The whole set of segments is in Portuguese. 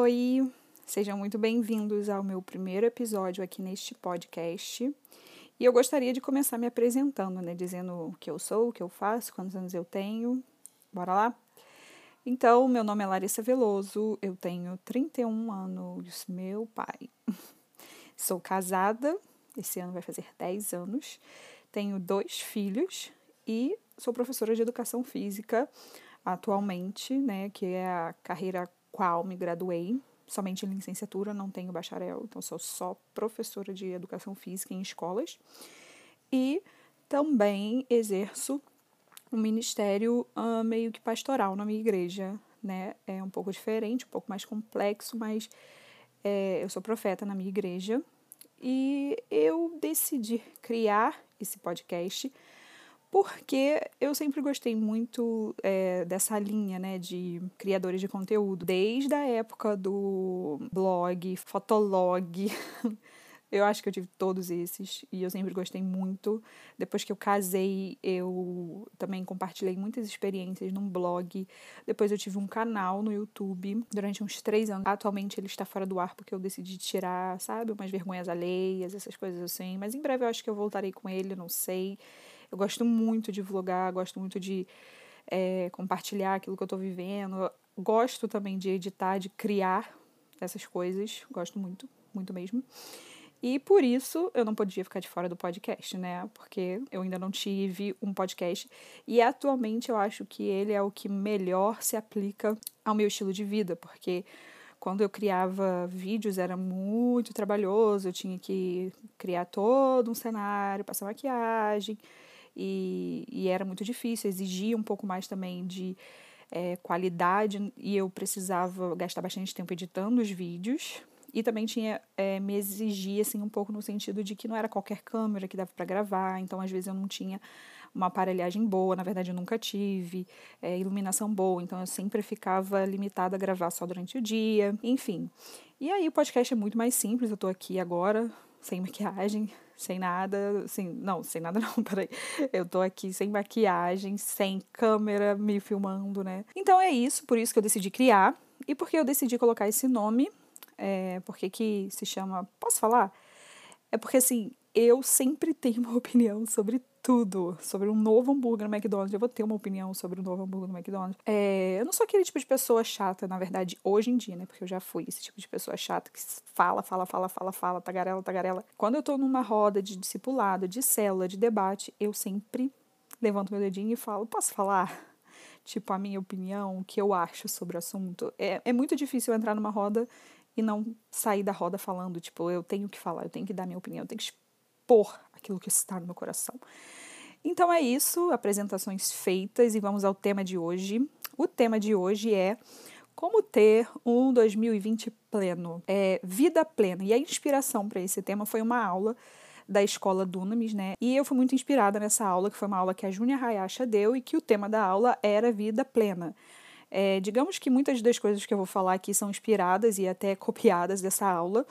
Oi! Sejam muito bem-vindos ao meu primeiro episódio aqui neste podcast. E eu gostaria de começar me apresentando, dizendo o que eu sou, o que eu faço, quantos anos eu tenho. Bora lá? Então, meu nome é Larissa Veloso, eu tenho 31 anos, meu pai. Sou casada, esse ano vai fazer 10 anos. Tenho 2 filhos e sou professora de educação física atualmente, que é a carreira qual me graduei, somente em licenciatura, não tenho bacharel, então sou só professora de educação física em escolas. E também exerço um ministério meio que pastoral na minha igreja, É um pouco diferente, um pouco mais complexo, mas eu sou profeta na minha igreja. E eu decidi criar esse podcast porque eu sempre gostei muito dessa linha, de criadores de conteúdo. Desde a época do blog, fotolog, eu acho que eu tive todos esses e eu sempre gostei muito. Depois que eu casei, eu também compartilhei muitas experiências num blog. Depois eu tive um canal no YouTube durante uns 3 anos. Atualmente ele está fora do ar porque eu decidi tirar, sabe, umas vergonhas alheias, essas coisas assim. Mas em breve eu acho que eu voltarei com ele, não sei. Eu gosto muito de vlogar, gosto muito de compartilhar aquilo que eu tô vivendo. Eu gosto também de editar, de criar essas coisas. Gosto muito, muito mesmo. E por isso eu não podia ficar de fora do podcast, Porque eu ainda não tive um podcast. E atualmente eu acho que ele é o que melhor se aplica ao meu estilo de vida, porque quando eu criava vídeos era muito trabalhoso, eu tinha que criar todo um cenário, passar maquiagem, e era muito difícil, exigia um pouco mais também de qualidade, e eu precisava gastar bastante tempo editando os vídeos. E também me exigia assim, um pouco no sentido de que não era qualquer câmera que dava para gravar, então às vezes eu não tinha uma aparelhagem boa, na verdade eu nunca tive, iluminação boa, então eu sempre ficava limitada a gravar só durante o dia, enfim. E aí o podcast é muito mais simples, eu tô aqui agora, sem maquiagem, sem nada, sem nada não, peraí. Eu tô aqui sem maquiagem, sem câmera me filmando, Então é isso, por isso que eu decidi criar e porque eu decidi colocar esse nome, porque que se chama... Posso falar? É porque, assim, eu sempre tenho uma opinião sobre tudo. Sobre um novo hambúrguer no McDonald's. Eu vou ter uma opinião sobre um novo hambúrguer no McDonald's. Eu não sou aquele tipo de pessoa chata, na verdade, hoje em dia, Porque eu já fui esse tipo de pessoa chata que fala, tagarela, tagarela. Quando eu tô numa roda de discipulado, de célula, de debate, eu sempre levanto meu dedinho e falo, posso falar? Tipo, a minha opinião, o que eu acho sobre o assunto. É muito difícil entrar numa roda e não sair da roda falando, tipo, eu tenho que falar, eu tenho que dar minha opinião, eu tenho que expor aquilo que está no meu coração. Então é isso, apresentações feitas e vamos ao tema de hoje. O tema de hoje é como ter um 2020 pleno, vida plena. E a inspiração para esse tema foi uma aula da escola Dunamis, E eu fui muito inspirada nessa aula, que foi uma aula que a Júnia Hayashi deu e que o tema da aula era vida plena. Digamos que muitas das coisas que eu vou falar aqui são inspiradas e até copiadas dessa aula,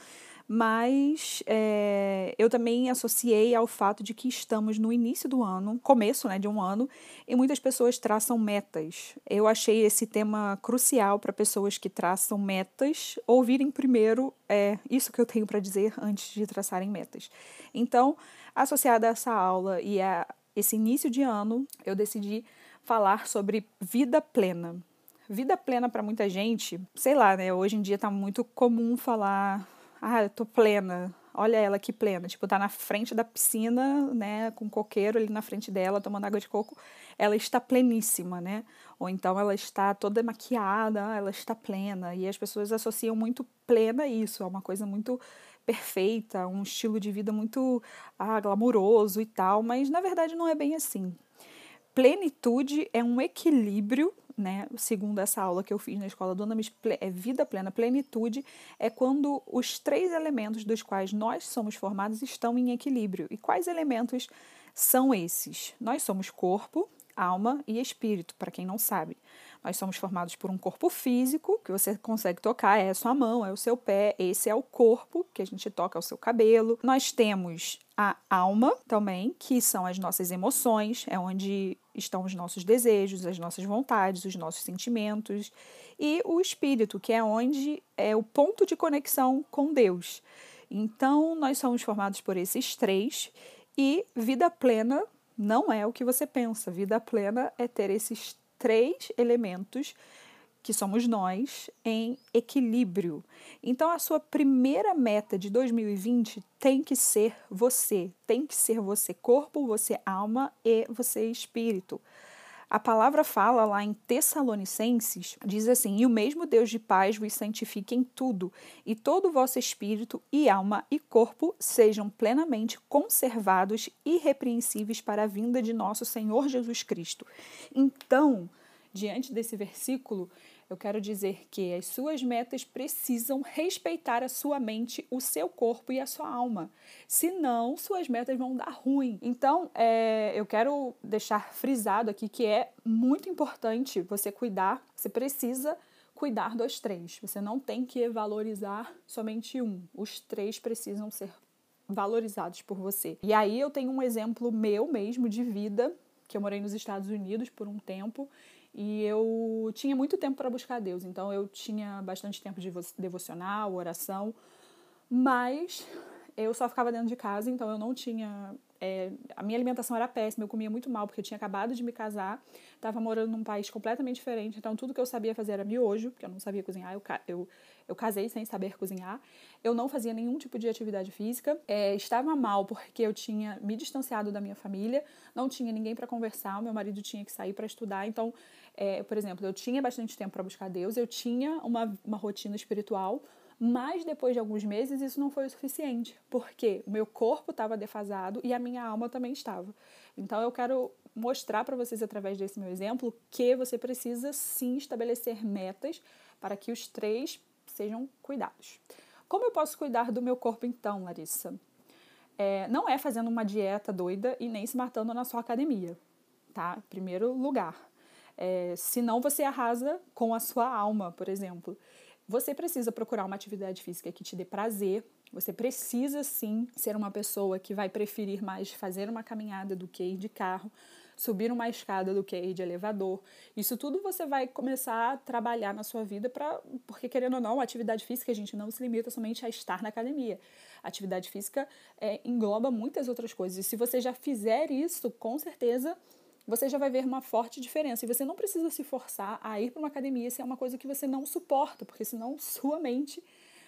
mas eu também associei ao fato de que estamos no início do ano, começo de um ano, e muitas pessoas traçam metas. Eu achei esse tema crucial para pessoas que traçam metas ouvirem primeiro isso que eu tenho para dizer antes de traçarem metas. Então, associada a essa aula e a esse início de ano, eu decidi falar sobre vida plena. Vida plena para muita gente, sei lá, hoje em dia tá muito comum falar, eu tô plena, olha ela que plena, tipo, tá na frente da piscina, com um coqueiro ali na frente dela, tomando água de coco, ela está pleníssima, Ou então ela está toda maquiada, ela está plena, e as pessoas associam muito plena a isso, é uma coisa muito perfeita, um estilo de vida muito glamuroso e tal, mas na verdade não é bem assim. Plenitude é um equilíbrio, segundo essa aula que eu fiz na escola Dunamis, vida plena. Plenitude é quando os 3 elementos dos quais nós somos formados estão em equilíbrio. E quais elementos são esses? Nós somos corpo, alma e espírito, para quem não sabe. Nós somos formados por um corpo físico, que você consegue tocar, é a sua mão, é o seu pé, esse é o corpo que a gente toca, é o seu cabelo. Nós temos a alma também, que são as nossas emoções, é onde estão os nossos desejos, as nossas vontades, os nossos sentimentos, e o espírito, que é onde é o ponto de conexão com Deus. Então, nós somos formados por esses três, e vida plena não é o que você pensa. Vida plena é ter esses três elementos, que somos nós, em equilíbrio. Então, a sua primeira meta de 2020 tem que ser você. Tem que ser você corpo, você alma e você espírito. A palavra fala lá em Tessalonicenses, diz assim: e o mesmo Deus de paz vos santifique em tudo, e todo o vosso espírito e alma e corpo sejam plenamente conservados e irrepreensíveis para a vinda de nosso Senhor Jesus Cristo. Então, diante desse versículo, eu quero dizer que as suas metas precisam respeitar a sua mente, o seu corpo e a sua alma. Senão, suas metas vão dar ruim. Então, eu quero deixar frisado aqui que é muito importante você cuidar, você precisa cuidar dos três. Você não tem que valorizar somente um. Os três precisam ser valorizados por você. E aí eu tenho um exemplo meu mesmo de vida, que eu morei nos Estados Unidos por um tempo, e eu tinha muito tempo para buscar Deus, então eu tinha bastante tempo de devocional, oração, mas eu só ficava dentro de casa, então eu não tinha... a minha alimentação era péssima, eu comia muito mal, porque eu tinha acabado de me casar, estava morando num país completamente diferente, então tudo que eu sabia fazer era miojo, porque eu não sabia cozinhar, eu casei sem saber cozinhar, eu não fazia nenhum tipo de atividade física, estava mal porque eu tinha me distanciado da minha família, não tinha ninguém para conversar, o meu marido tinha que sair para estudar, então, por exemplo, eu tinha bastante tempo para buscar Deus, eu tinha uma rotina espiritual, mas depois de alguns meses isso não foi o suficiente, porque o meu corpo estava defasado e a minha alma também estava. Então eu quero mostrar para vocês através desse meu exemplo que você precisa sim estabelecer metas para que os três sejam cuidados. Como eu posso cuidar do meu corpo então, Larissa? Não é fazendo uma dieta doida e nem se matando na sua academia, tá? Primeiro lugar. Senão você arrasa com a sua alma, por exemplo. Você precisa procurar uma atividade física que te dê prazer. Você precisa, sim, ser uma pessoa que vai preferir mais fazer uma caminhada do que ir de carro, subir uma escada do que ir de elevador. Isso tudo você vai começar a trabalhar na sua vida, porque, querendo ou não, a atividade física, a gente não se limita somente a estar na academia. A atividade física engloba muitas outras coisas. E se você já fizer isso, com certeza você já vai ver uma forte diferença. E você não precisa se forçar a ir para uma academia se é uma coisa que você não suporta, porque senão sua mente,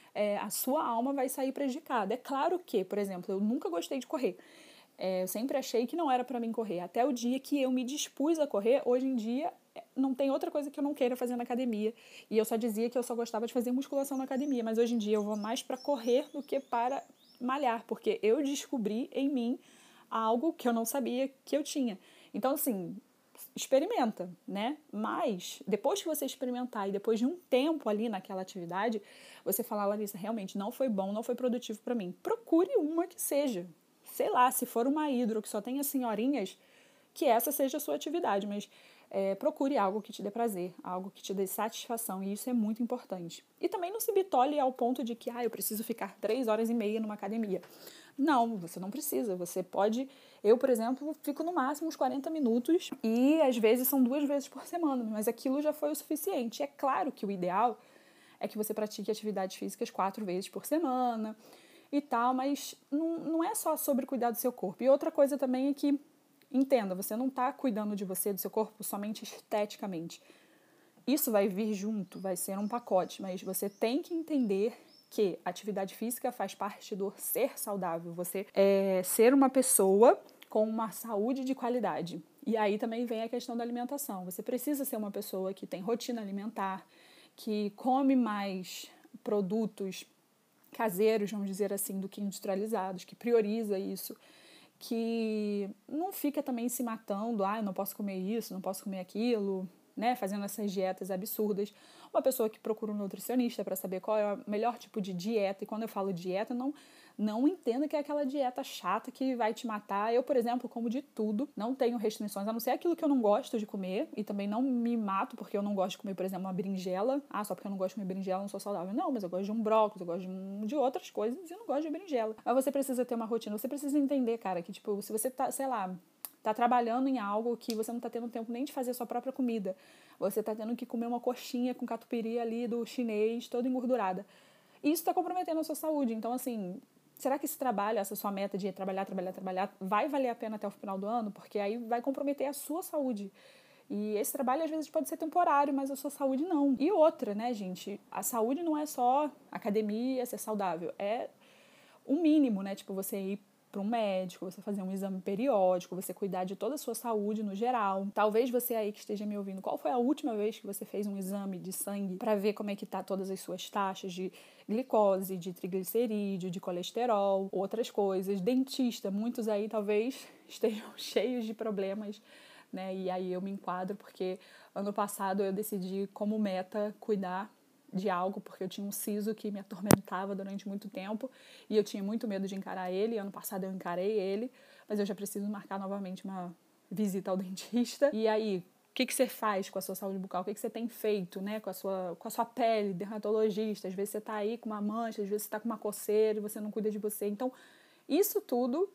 a sua alma vai sair prejudicada. É claro que, por exemplo, eu nunca gostei de correr. Eu sempre achei que não era para mim correr. Até o dia que eu me dispus a correr, hoje em dia não tem outra coisa que eu não queira fazer na academia. E eu só dizia que eu só gostava de fazer musculação na academia, mas hoje em dia eu vou mais para correr do que para malhar, porque eu descobri em mim algo que eu não sabia que eu tinha. Então, assim, experimenta, né? Mas, depois que você experimentar e depois de um tempo ali naquela atividade, você falar, Larissa, realmente não foi bom, não foi produtivo para mim. Procure uma que seja. Sei lá, se for uma hidro que só tenha senhorinhas, que essa seja a sua atividade, mas procure algo que te dê prazer, algo que te dê satisfação, e isso é muito importante. E também não se bitole ao ponto de que eu preciso ficar 3h30 numa academia. Não, você não precisa, você pode... Eu, por exemplo, fico no máximo uns 40 minutos e às vezes são 2 vezes por semana, mas aquilo já foi o suficiente. É claro que o ideal é que você pratique atividades físicas 4 vezes por semana e tal, mas não é só sobre cuidar do seu corpo. E outra coisa também é que, entenda, você não está cuidando de você, do seu corpo, somente esteticamente. Isso vai vir junto, vai ser um pacote, mas você tem que entender que atividade física faz parte do ser saudável. Você ser uma pessoa com uma saúde de qualidade. E aí também vem a questão da alimentação. Você precisa ser uma pessoa que tem rotina alimentar, que come mais produtos caseiros, vamos dizer assim, do que industrializados, que prioriza isso, que não fica também se matando, eu não posso comer isso, não posso comer aquilo, né, fazendo essas dietas absurdas. Uma pessoa que procura um nutricionista para saber qual é o melhor tipo de dieta, e quando eu falo dieta, Não entenda que é aquela dieta chata que vai te matar. Eu, por exemplo, como de tudo, não tenho restrições, a não ser aquilo que eu não gosto de comer, e também não me mato porque eu não gosto de comer, por exemplo, uma berinjela. Ah, só porque eu não gosto de comer berinjela eu não sou saudável. Não, mas eu gosto de um brócolis, eu gosto de outras coisas e eu não gosto de berinjela. Mas você precisa ter uma rotina, você precisa entender, cara, que tipo, se você tá, sei lá, tá trabalhando em algo que você não tá tendo tempo nem de fazer a sua própria comida, você tá tendo que comer uma coxinha com catupiry ali do chinês, toda engordurada. Isso tá comprometendo a sua saúde. Então, assim, será que esse trabalho, essa sua meta de trabalhar, vai valer a pena até o final do ano? Porque aí vai comprometer a sua saúde. E esse trabalho, às vezes, pode ser temporário, mas a sua saúde não. E outra, né, gente? A saúde não é só academia, ser saudável. É o mínimo, né? Tipo, você ir para um médico, você fazer um exame periódico, você cuidar de toda a sua saúde no geral. Talvez você aí que esteja me ouvindo, qual foi a última vez que você fez um exame de sangue para ver como é que tá todas as suas taxas de glicose, de triglicerídeo, de colesterol, outras coisas. Dentista, muitos aí talvez estejam cheios de problemas, né? E aí eu me enquadro porque ano passado eu decidi como meta cuidar de algo, porque eu tinha um siso que me atormentava durante muito tempo e eu tinha muito medo de encarar ele. Ano passado eu encarei ele, mas eu já preciso marcar novamente uma visita ao dentista. E aí, o que você faz com a sua saúde bucal? O que você tem feito, né, com a sua pele, dermatologista? Às vezes você tá aí com uma mancha, às vezes você tá com uma coceira e você não cuida de você. Então, isso tudo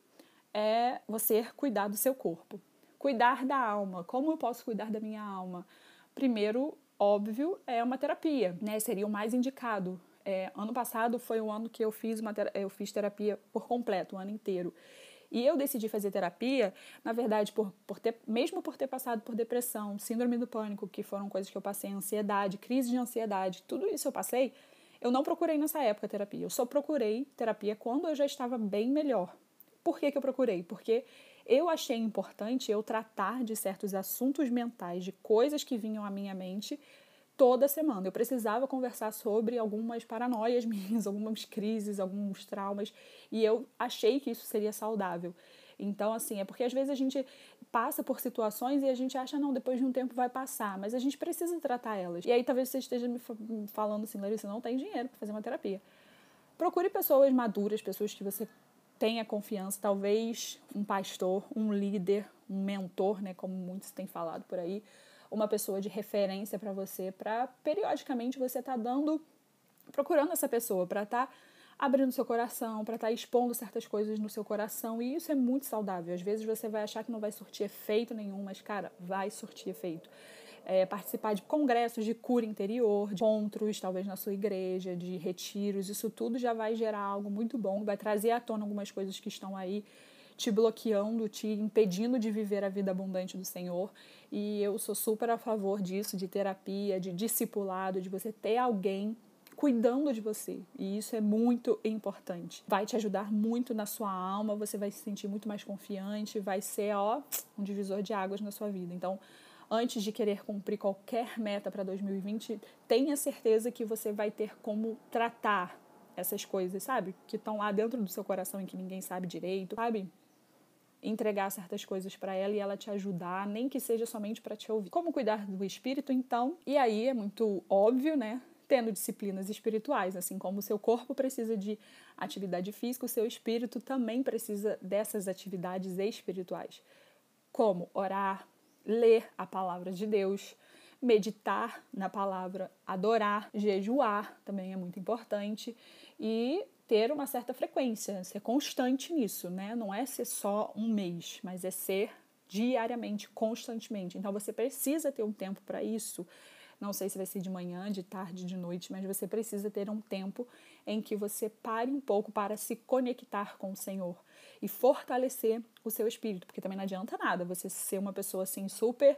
é você cuidar do seu corpo. Cuidar da alma. Como eu posso cuidar da minha alma? Primeiro, óbvio, é uma terapia, né? Seria o mais indicado. Ano passado foi o ano que eu fiz terapia por completo, o ano inteiro. E eu decidi fazer terapia, na verdade, mesmo por ter passado por depressão, síndrome do pânico, que foram coisas que eu passei, ansiedade, crise de ansiedade, tudo isso eu passei, eu não procurei nessa época terapia. Eu só procurei terapia quando eu já estava bem melhor. Por que eu procurei? Porque eu achei importante eu tratar de certos assuntos mentais, de coisas que vinham à minha mente toda semana. Eu precisava conversar sobre algumas paranoias minhas, algumas crises, alguns traumas, e eu achei que isso seria saudável. Então, assim, é porque às vezes a gente passa por situações e a gente acha, não, depois de um tempo vai passar, mas a gente precisa tratar elas. E aí talvez você esteja me falando assim, Larissa, não tem dinheiro para fazer uma terapia. Procure pessoas maduras, pessoas que você tenha confiança, talvez um pastor, um líder, um mentor, né, como muitos têm falado por aí, uma pessoa de referência para você, para periodicamente você estar procurando essa pessoa, para estar abrindo seu coração, para estar expondo certas coisas no seu coração, e isso é muito saudável. Às vezes você vai achar que não vai surtir efeito nenhum, mas, cara, vai surtir efeito. Participar de congressos de cura interior, de encontros, talvez na sua igreja, de retiros, isso tudo já vai gerar algo muito bom, vai trazer à tona algumas coisas que estão aí te bloqueando, te impedindo de viver a vida abundante do Senhor. E eu sou super a favor disso, de terapia, de discipulado, de você ter alguém cuidando de você. E isso é muito importante. Vai te ajudar muito na sua alma, você vai se sentir muito mais confiante, vai ser, um divisor de águas na sua vida. Então, antes de querer cumprir qualquer meta para 2020, tenha certeza que você vai ter como tratar essas coisas, sabe? Que estão lá dentro do seu coração e que ninguém sabe direito, sabe? Entregar certas coisas para ela e ela te ajudar, nem que seja somente para te ouvir. Como cuidar do espírito, então? E aí é muito óbvio, né? Tendo disciplinas espirituais, assim como o seu corpo precisa de atividade física, o seu espírito também precisa dessas atividades espirituais. Como orar, ler a palavra de Deus, meditar na palavra, adorar, jejuar também é muito importante e ter uma certa frequência, ser constante nisso, né? Não é ser só um mês, mas é ser diariamente, constantemente. Então você precisa ter um tempo para isso. Não sei se vai ser de manhã, de tarde, de noite, mas você precisa ter um tempo em que você pare um pouco para se conectar com o Senhor e fortalecer o seu espírito, porque também não adianta nada você ser uma pessoa assim super,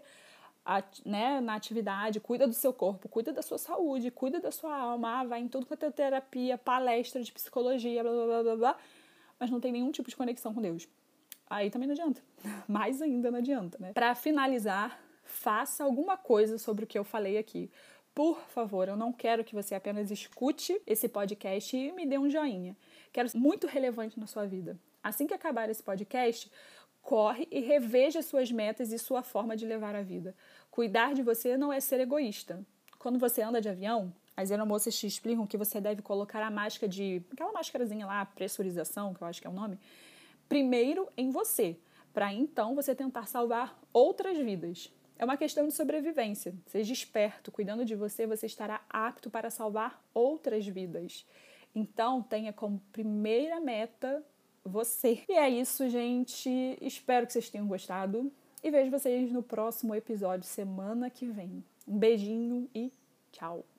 né, na atividade, cuida do seu corpo, cuida da sua saúde, cuida da sua alma, vai em tudo quanto é terapia, palestra de psicologia, blá, blá, blá, blá, blá, mas não tem nenhum tipo de conexão com Deus. Aí também não adianta. Mais ainda não adianta, né? Para finalizar, faça alguma coisa sobre o que eu falei aqui. Por favor, eu não quero que você apenas escute esse podcast e me dê um joinha. Quero ser muito relevante na sua vida. Assim que acabar esse podcast, corre e reveja suas metas e sua forma de levar a vida. Cuidar de você não é ser egoísta. Quando você anda de avião, As aeromoças te explicam que você deve colocar aquela máscarazinha lá, pressurização, que eu acho que é o nome, primeiro em você, para então você tentar salvar outras vidas. É uma questão de sobrevivência. Seja esperto, cuidando de você, você estará apto para salvar outras vidas. Então, tenha como primeira meta você. E é isso, gente. Espero que vocês tenham gostado. E vejo vocês no próximo episódio, semana que vem. Um beijinho e tchau!